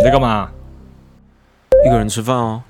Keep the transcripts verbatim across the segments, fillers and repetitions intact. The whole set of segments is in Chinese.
在干嘛？ 一个人吃饭哦。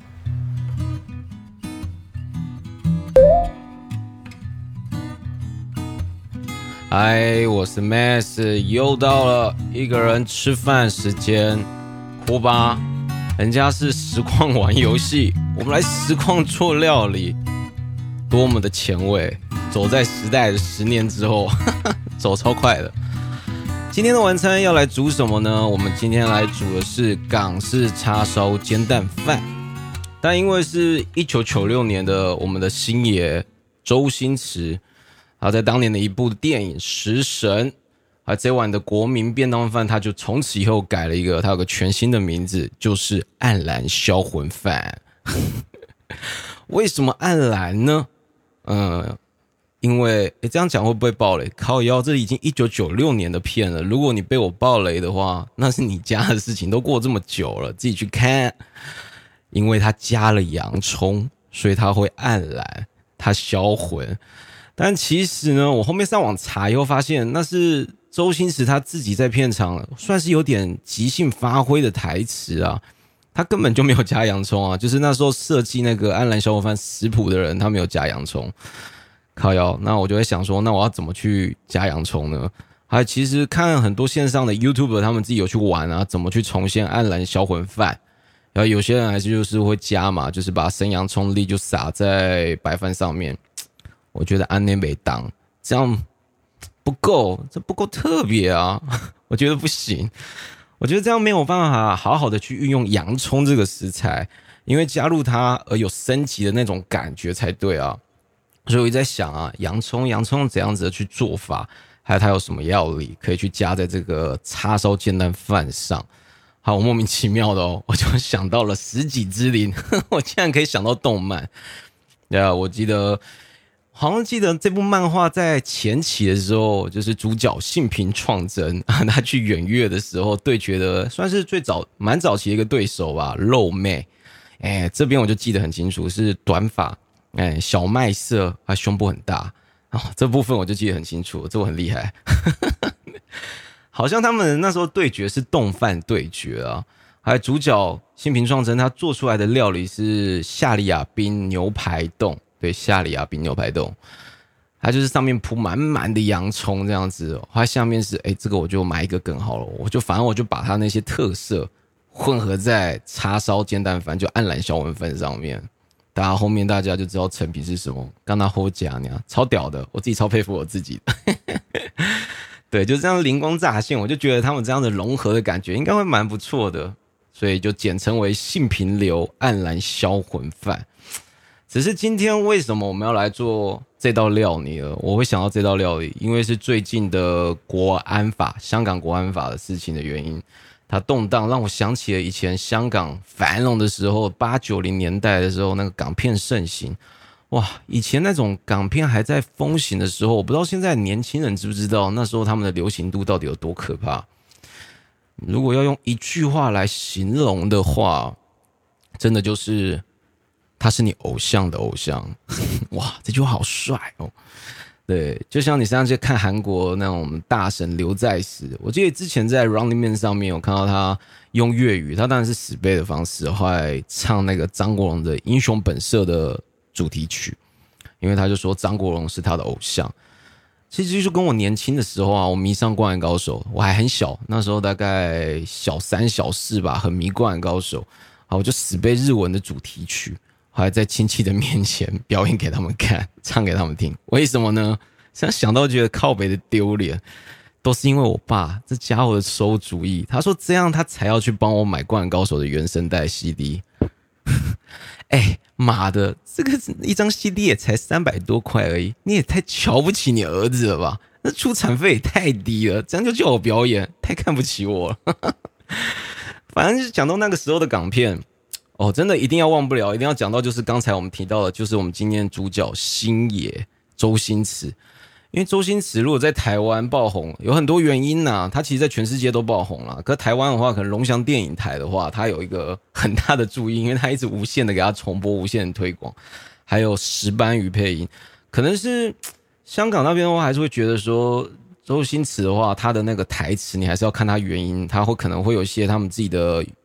嗨，我是 Max， 又到了一个人吃饭时间。哭吧，人家是实况玩游戏，我们来实况做料理，多么的前卫！走在时代的十年之后，走超快的。今天的晚餐要来煮什么呢？我们今天来煮的是港式叉烧煎蛋饭，但因为是一九九六年的我们的星爷周星驰，他在当年的一部电影《食神》，啊，这碗的国民便当饭，他就从此以后改了一个，他有个全新的名字，就是黯然销魂饭。为什么黯然呢？嗯，因为诶这样讲会不会爆雷？靠腰，这已经一九九六年的片了，如果你被我爆雷的话，那是你家的事情，都过这么久了，自己去看。因为他加了洋葱，所以他会黯然，他销魂。但其实呢，我后面上网查以后发现，那是周星驰他自己在片场算是有点即兴发挥的台词啊，他根本就没有加洋葱啊，就是那时候设计那个黯然销魂饭食谱的人，他没有加洋葱。靠腰，那我就会想说，那我要怎么去加洋葱呢？还其实看很多线上的 YouTuber， 他们自己有去玩啊，怎么去重现黯然销魂饭。然后有些人还是就是会加嘛，就是把生洋葱粒就撒在白饭上面。我觉得安内没当这样不够，这不够特别啊！我觉得不行，我觉得这样没有办法好好的去运用洋葱这个食材，因为加入它而有升级的那种感觉才对啊。所以我一直在想啊，洋葱洋葱怎样子的去做法，还有它有什么药理可以去加在这个叉烧煎蛋饭上。好莫名其妙的哦，我就想到了十几之灵，我竟然可以想到动漫。对啊，我记得好像记得这部漫画在前期的时候，就是主角信平创真，他去远月的时候对决的，算是最早蛮早期的一个对手吧，肉妹。哎，这边我就记得很清楚，是短发，哎，小麦色，他胸部很大。哦，这部分我就记得很清楚，这我很厉害。好像他们那时候对决是冻饭对决啊，还有主角信平创真他做出来的料理是夏里亚宾牛排冻，对，夏里亚宾牛排冻，它就是上面铺满满的洋葱这样子，它下面是哎，这个我就买一个梗好了，我就反正我就把它那些特色混合在叉烧煎蛋饭就黯然销魂饭上面，大家后面大家就知道成品是什么，刚拿后夹呢，超屌的，我自己超佩服我自己的。对，就这样灵光乍现，我就觉得他们这样的融合的感觉应该会蛮不错的，所以就简称为信平流黯然销魂饭。只是今天为什么我们要来做这道料理呢？我会想到这道料理，因为是最近的国安法，香港国安法的事情的原因，它动荡让我想起了以前香港繁荣的时候，八九零年代的时候那个港片盛行。哇，以前那种港片还在风行的时候，我不知道现在年轻人知不知道那时候他们的流行度到底有多可怕。如果要用一句话来形容的话，真的就是他是你偶像的偶像。哇，这句话好帅哦。对，就像你上次看韩国那种大神刘在石，我记得之前在 Running Man 上面有看到他用粤语，他当然是死背的方式，后来唱那个张国荣的《英雄本色》的主题曲，因为他就说张国荣是他的偶像。其实就是跟我年轻的时候啊，我迷上灌篮高手，我还很小，那时候大概小三小四吧，很迷灌篮高手，好，我就死背日文的主题曲，还在亲戚的面前表演给他们看，唱给他们听。为什么呢？现在想到觉得靠北的丢脸，都是因为我爸这家伙的馊主意。他说这样他才要去帮我买灌篮高手的原声带 C D。哎，妈的，这个一张 C D 也才三百多块而已，你也太瞧不起你儿子了吧？那出产费也太低了，这样就叫我表演，太看不起我了。反正就讲到那个时候的港片，哦，真的一定要忘不了，一定要讲到就是刚才我们提到的，就是我们今天的主角星爷周星驰。因为周星驰如果在台湾爆红，有很多原因啊，他其实在全世界都爆红了。可台湾的话，可能龙祥电影台的话，他有一个很大的注意，因为他一直无限的给他重播，无限的推广，还有石斑鱼配音。可能是香港那边的话，还是会觉得说周星驰的话，他的那个台词你还是要看他原因，他会可能会有一些他们自己的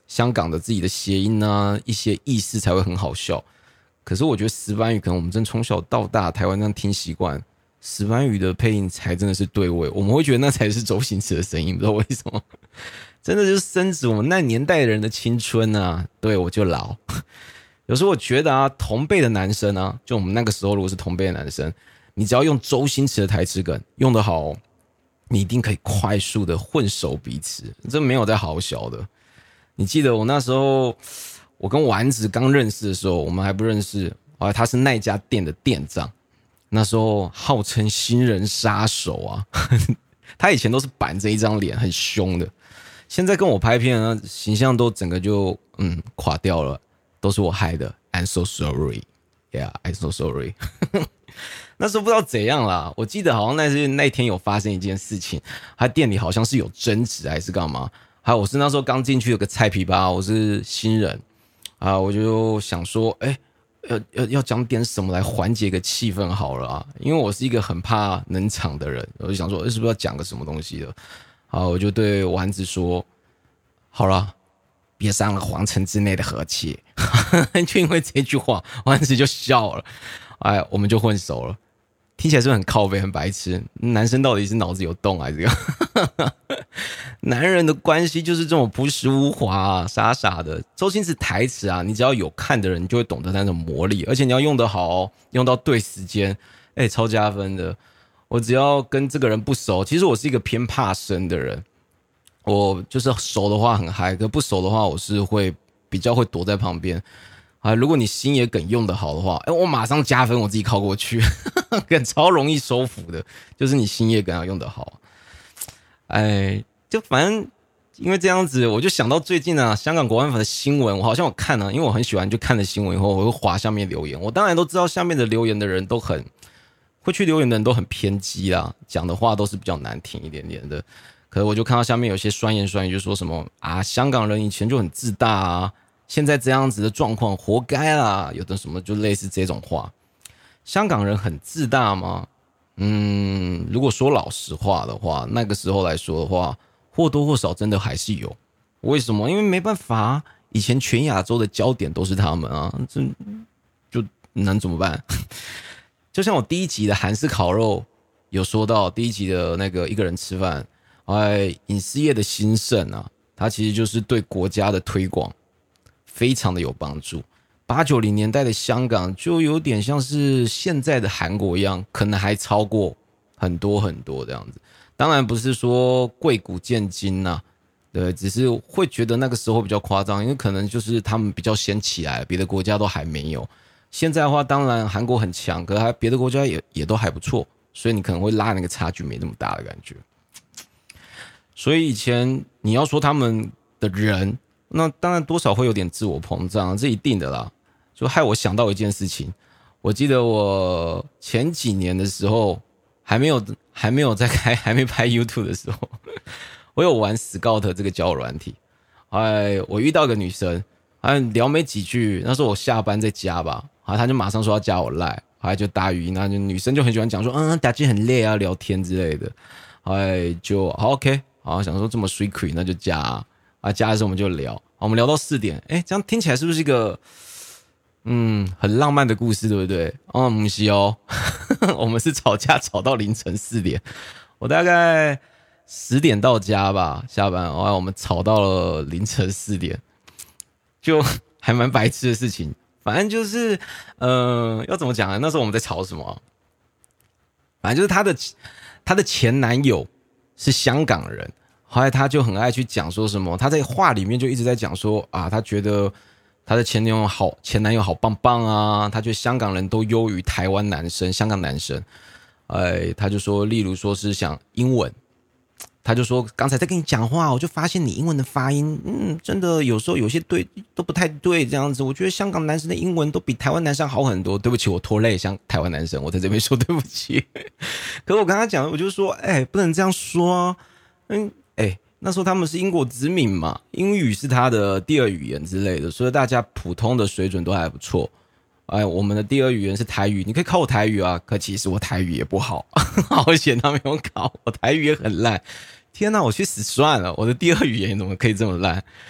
香港的自己的谐音啊，一些意思才会很好笑。可是我觉得石斑鱼可能我们真从小到大台湾这样听习惯，石斑鱼的配音才真的是对味，我们会觉得那才是周星驰的声音，不知道为什么，真的就是深植我们那年代人的青春啊。对，我就老。有时候我觉得啊，同辈的男生啊，就我们那个时候如果是同辈的男生，你只要用周星驰的台词梗用得好，你一定可以快速的混熟彼此，这没有在好小的。你记得我那时候，我跟丸子刚认识的时候，我们还不认识啊，他是那家店的店长，那时候号称新人杀手啊，他以前都是板着一张脸，很凶的，现在跟我拍片呢，形象都整个就嗯垮掉了。都是我害的 ，I'm so sorry. Yeah, I'm so sorry. 那时候不知道怎样啦，我记得好像那是那天有发生一件事情，他店里好像是有争执还是干嘛。还有我是那时候刚进去有个菜皮吧，我是新人啊，我就想说，哎、欸，要要要讲点什么来缓解个气氛好了啊，因为我是一个很怕冷场的人，我就想说，欸、是不是要讲个什么东西的？好，我就对丸子说，好了。别伤了皇城之内的和气，就因为这句话，丸子就笑了，哎，我们就混熟了。听起来是不是很靠北、很白痴？男生到底是脑子有洞还是这个？男人的关系就是这种朴实无华、啊、傻傻的。周星驰台词啊，你只要有看的人，你就会懂得那种魔力，而且你要用得好、哦，用到对时间，哎，超加分的。我只要跟这个人不熟，其实我是一个偏怕生的人。我就是熟的话很嗨，可不熟的话我是会比较会躲在旁边啊。如果你星野梗用得好的话，哎，我马上加分，我自己靠过去，梗超容易收服的，就是你星野梗要用得好。哎，就反正因为这样子，我就想到最近啊，香港国安法的新闻，我好像有看啊，因为我很喜欢，就看了新闻以后，我会滑下面留言。我当然都知道下面的留言的人都很会去留言的人都很偏激啦，讲的话都是比较难听一点点的。可是我就看到下面有些酸言酸语，就说什么啊，香港人以前就很自大啊，现在这样子的状况活该啦，有的什么就类似这种话。香港人很自大吗？嗯，如果说老实话的话，那个时候来说的话，或多或少真的还是有。为什么？因为没办法啊，以前全亚洲的焦点都是他们啊，这就能怎么办？就像我第一集的韩式烤肉有说到，第一集的那个一个人吃饭。哎，影视业的兴盛啊，它其实就是对国家的推广非常的有帮助。八九零年代的香港就有点像是现在的韩国一样，可能还超过很多很多这样子。当然不是说贵古见今啊，对，只是会觉得那个时候比较夸张，因为可能就是他们比较先起来，别的国家都还没有。现在的话，当然韩国很强，可是还别的国家也也都还不错，所以你可能会拉那个差距没那么大的感觉。所以以前你要说他们的人，那当然多少会有点自我膨胀，这一定的啦。就害我想到一件事情，我记得我前几年的时候，还没有还没有在开还没拍 YouTube 的时候，我有玩 Scout 这个交友软体。哎，我遇到一个女生，哎，聊没几句，那时候我下班在家吧，她就马上说要加我 Line， 还就打语音，那就女生就很喜欢讲说，嗯，打机很累啊，聊天之类的，哎，就好 OK。好，想说这么 sweet 那就加啊，啊加的时候我们就聊，好，我们聊到四点，哎，这样听起来是不是一个嗯很浪漫的故事，对不对？哦，不是哦，我们是吵架吵到凌晨四点，我大概十点到家吧，下班，哦，我们吵到了凌晨四点，就还蛮白痴的事情，反正就是呃要怎么讲呢？那时候我们在吵什么？反正就是他的他的前男友。是香港人，后来他就很爱去讲说什么，他在话里面就一直在讲说啊，他觉得他的前男友好，前男友好棒棒啊，他觉得香港人都优于台湾男生，香港男生，哎，他就说，例如说是想英文，他就说刚才在跟你讲话，我就发现你英文的发音，嗯，真的有时候有些对都不太对，这样子，我觉得香港男生的英文都比台湾男生好很多。对不起，我拖累像台湾男生，我在这边说对不起。可是我跟他讲，我就说，哎，不能这样说啊，嗯，哎，那时候他们是英国殖民嘛，英语是他的第二语言之类的，所以大家普通的水准都还不错。哎，我们的第二语言是台语，你可以考我台语啊，可其实我台语也不好，好险他没有考，我台语也很烂。天哪，我去死算了！我的第二语言怎么可以这么烂？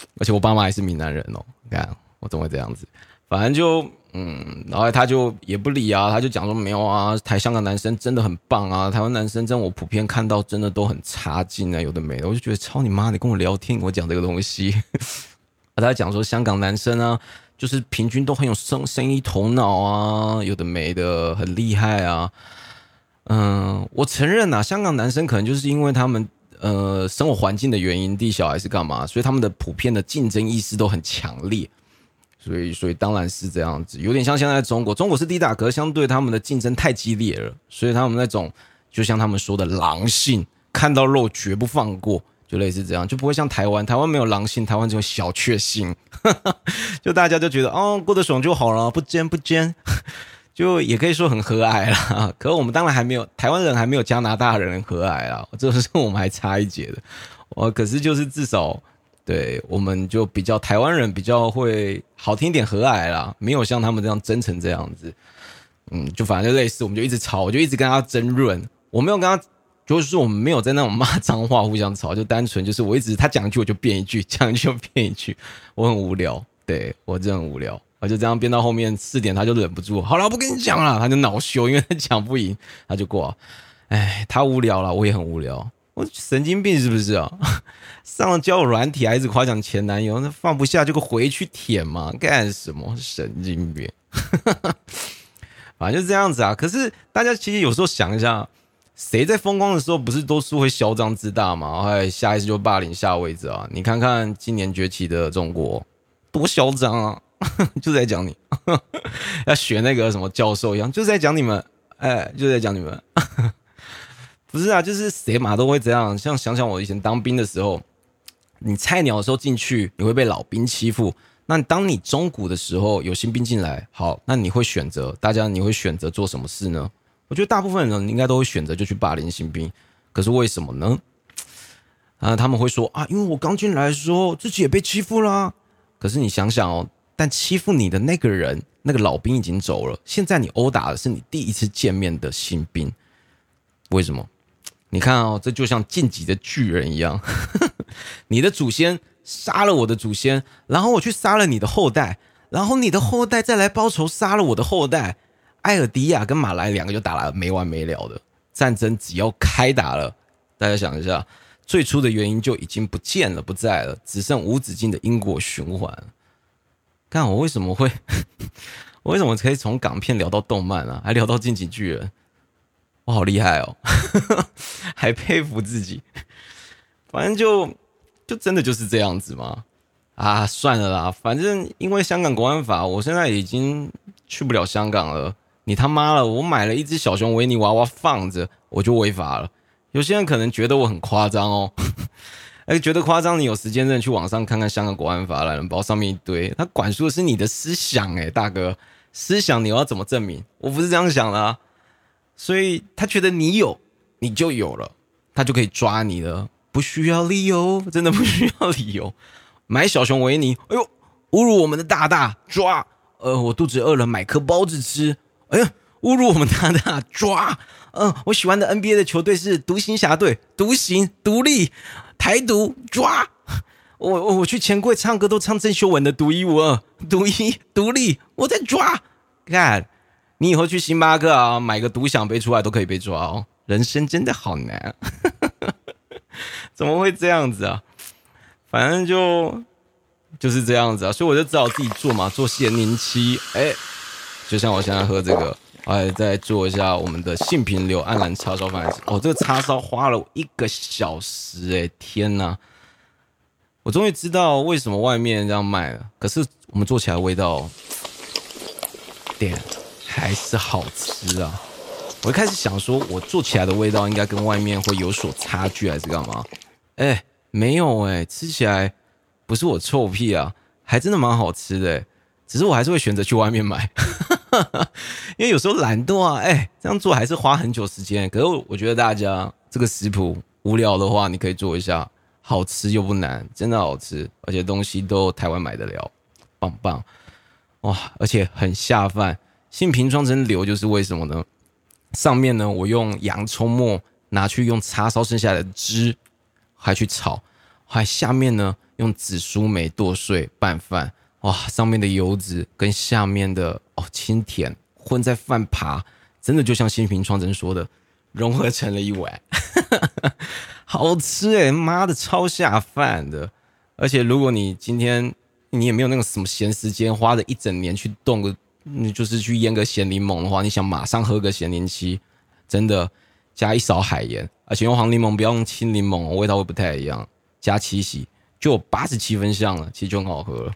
而且我爸妈也是闽南人哦，你看我怎么会这样子？反正就嗯，然后他就也不理啊，他就讲说没有啊，台香港男生真的很棒啊，台湾男生真的我普遍看到真的都很差劲啊，有的没的，我就觉得操你妈，你跟我聊天，你跟我讲这个东西。他讲说香港男生啊，就是平均都很有生生意头脑啊，有的没的，很厉害啊。嗯，我承认啊，香港男生可能就是因为他们呃生活环境的原因，地小还是干嘛，所以他们的普遍的竞争意识都很强烈。所以，所以当然是这样子，有点像现在中国，中国是地大，可是相对他们的竞争太激烈了，所以他们那种就像他们说的狼性，看到肉绝不放过，就类似这样，就不会像台湾，台湾没有狼性，台湾只有小确幸，就大家就觉得哦过得爽就好了，不奸不奸，就也可以说很和蔼啦。可是我们当然还没有，台湾人还没有加拿大人和蔼啦，这是我们还差一截的。哦，可是就是至少。对，我们就比较台湾人比较会好听一点和蔼啦，没有像他们这样真成这样子。嗯，就反正就类似，我们就一直吵，我就一直跟他争论。我没有跟他，就是我们没有在那种骂脏话互相吵，就单纯就是我一直他讲一句我就变一句，讲一句就变一句，我很无聊，对我真的很无聊。我就这样编到后面四点，他就忍不住，好了，我不跟你讲了，他就恼羞，因为他讲不赢，他就挂。哎，他无聊了，我也很无聊。我神经病是不是啊？上了交友软体还一直夸奖前男友，那放不下就回去舔嘛，干什么？神经病！反正就这样子啊。可是大家其实有时候想一下，谁在风光的时候不是都是会嚣张自大嘛？哎，下一次就霸凌下位置啊！你看看今年崛起的中国，多嚣张啊！就在讲你，要学那个什么教授一样，就在讲你们，哎，就在讲你们。不是啊，就是谁嘛都会这样。像想想我以前当兵的时候，你菜鸟的时候进去，你会被老兵欺负。那当你中古的时候，有新兵进来，好，那你会选择，大家你会选择做什么事呢？我觉得大部分人应该都会选择就去霸凌新兵。可是为什么呢？啊，他们会说啊，因为我刚进来的时候自己也被欺负啦。可是你想想哦，但欺负你的那个人，那个老兵已经走了，现在你殴打的是你第一次见面的新兵，为什么？你看哦，这就像晋级的巨人一样，你的祖先杀了我的祖先，然后我去杀了你的后代，然后你的后代再来报仇杀了我的后代，艾尔迪亚跟马来两个就打了没完没了的战争，只要开打了，大家想一下，最初的原因就已经不见了，不在了，只剩无止境的因果循环。看我为什么会，我为什么可以从港片聊到动漫啊，还聊到晋级巨人？我好厉害哦，还佩服自己。反正就就真的就是这样子嘛。啊，算了啦，反正因为香港国安法，我现在已经去不了香港了。你他妈了，我买了一只小熊维尼娃娃放着，我就违法了。有些人可能觉得我很夸张哦，哎，觉得夸张，你有时间真的去网上看看香港国安法懒人包上面一堆，他管束的是你的思想，哎，大哥，思想你要怎么证明？我不是这样想的啊。所以他觉得你有，你就有了，他就可以抓你了，不需要理由，真的不需要理由。买小熊维尼，哎呦，侮辱我们的大大，抓！呃，我肚子饿了，买颗包子吃。哎呀，侮辱我们大大，抓！嗯、呃，我喜欢的 N B A 的球队是独行侠队，独行独立台独，抓！我我我去钱柜唱歌都唱郑秀文的独一无二，独一独立，我在抓！看。你以后去星巴克啊，买个独享杯出来都可以被抓哦。人生真的好难，怎么会这样子啊？反正就就是这样子啊，所以我就只好自己做嘛，做咸柠七。哎，就像我现在喝这个，哎，再做一下我们的杏平流黯然叉烧饭。哦，这个叉烧花了我一个小时，哎，天哪！我终于知道为什么外面这样卖了，可是我们做起来的味道，点。还是好吃啊！我一开始想说，我做起来的味道应该跟外面会有所差距，还是干嘛？哎，没有哎，吃起来不是我臭屁啊，还真的蛮好吃的哎。只是我还是会选择去外面买，因为有时候懒惰啊，哎，这样做还是花很久时间。可是我觉得大家这个食谱无聊的话，你可以做一下，好吃又不难，真的好吃，而且东西都台湾买得了，棒棒哇！而且很下饭。杏平装成流就是为什么呢？上面呢，我用洋葱末拿去用叉烧剩下的汁，还去炒，还下面呢用紫苏梅剁碎拌饭，哇，上面的油脂跟下面的哦清甜混在饭爬，真的就像新平创真说的，融合成了一碗，好吃诶，妈的超下饭的。而且如果你今天你也没有那个什么闲时间，花了一整年去冻个，就是去腌个咸柠檬的话，你想马上喝个咸柠七，真的加一勺海盐，而且用黄柠檬不要用青柠檬，味道会不太一样，加七喜就有八十七分像了，其实就很好喝了。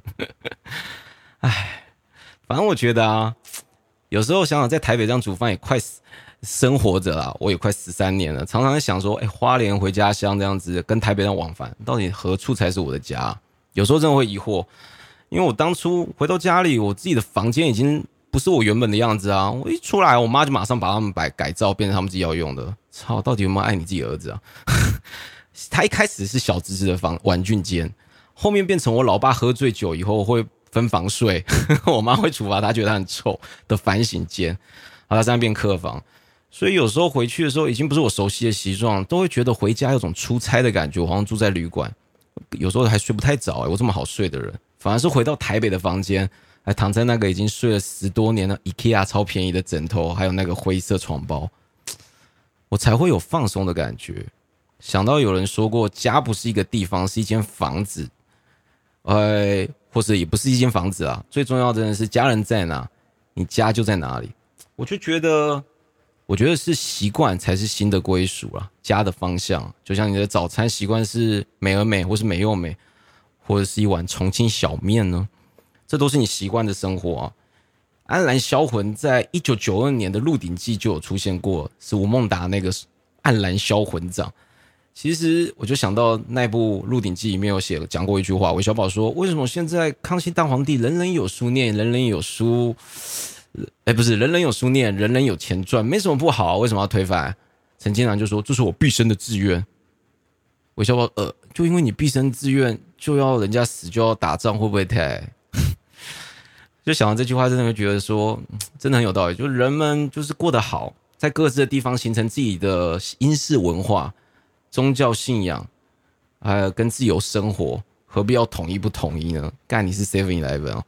唉，反正我觉得啊，有时候想想在台北这样煮饭也快生活着啦，我也快十三年了，常常在想说，哎，花莲回家乡这样子跟台北人往返，到底何处才是我的家？有时候真的会疑惑，因为我当初回到家里，我自己的房间已经不是我原本的样子啊！我一出来，我妈就马上把他们摆改造，变成他们自己要用的。操，到底有没有爱你自己的儿子啊？他一开始是小芝芝的房玩具间，后面变成我老爸喝醉酒以后会分房睡，我妈会处罚他，觉得他很臭的反省间，然后他现在变客房。所以有时候回去的时候，已经不是我熟悉的形状，都会觉得回家有种出差的感觉，我好像住在旅馆。有时候还睡不太着、欸、我这么好睡的人，反而是回到台北的房间，还躺在那个已经睡了十多年的 IKEA 超便宜的枕头，还有那个灰色床包，我才会有放松的感觉。想到有人说过，家不是一个地方，是一间房子，呃，或者也不是一间房子啊。最重要的是家人在哪，你家就在哪里。我就觉得。我觉得是习惯才是新的归属啦，家的方向，就像你的早餐习惯是美而美，或是美又美，或者是一碗重庆小面呢，这都是你习惯的生活啊。安澜销魂在一九九二年的《鹿鼎记》就有出现过，是吴孟达那个安澜销魂掌。其实我就想到那部《鹿鼎记》里面有写讲过一句话，韦小宝说：“为什么现在康熙大皇帝人人有书念，人人有书？”哎，不是，人人有书念，人人有钱赚，没什么不好，为什么要推翻？陈金兰就说：“这是我毕生的志愿。”韦小宝，呃，就因为你毕生志愿就要人家死，就要打仗，会不会太？就想到这句话，真的会觉得说，真的很有道理。就人们就是过得好，在各自的地方形成自己的英式文化、宗教信仰，还有跟自由生活，何必要统一不统一呢？干，你是 seven eleven 哦。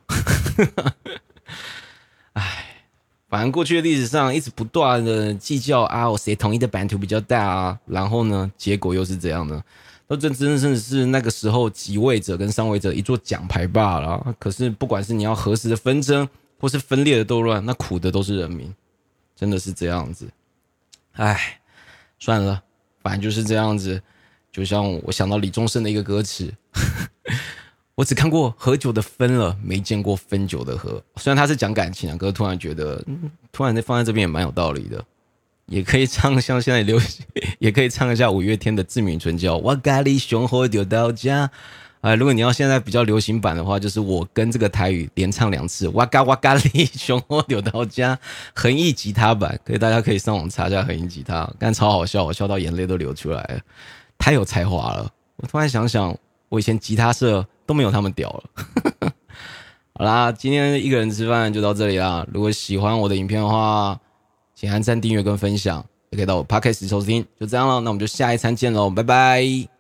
唉，反正过去的历史上一直不断的计较啊，我谁统一的版图比较大啊，然后呢，结果又是这样的，那真真正是那个时候即位者跟上位者一座奖牌罢了。可是不管是你要何时的纷争，或是分裂的斗乱，那苦的都是人民，真的是这样子。唉，算了，反正就是这样子。就像我想到李宗盛的一个歌词。我只看过喝酒的分了，没见过分酒的喝。虽然他是讲感情啊，可是突然觉得，嗯、突然放在这边也蛮有道理的。也可以唱像现在流行，也可以唱一下五月天的《志明唇叫》，我咖喱熊喝酒到家。啊，如果你要现在比较流行版的话，就是我跟这个台语连唱两次，哇嘎哇咖喱熊喝酒到家，横译吉他版，可以大家可以上网查一下横译吉他，但超好笑，我笑到眼泪都流出来了，太有才华了。我突然想想，我以前吉他社都没有他们屌了。好啦，今天一个人吃饭就到这里啦。如果喜欢我的影片的话，请按赞、订阅跟分享，也可以到我 Podcast 收听。就这样了，那我们就下一餐见喽，拜拜。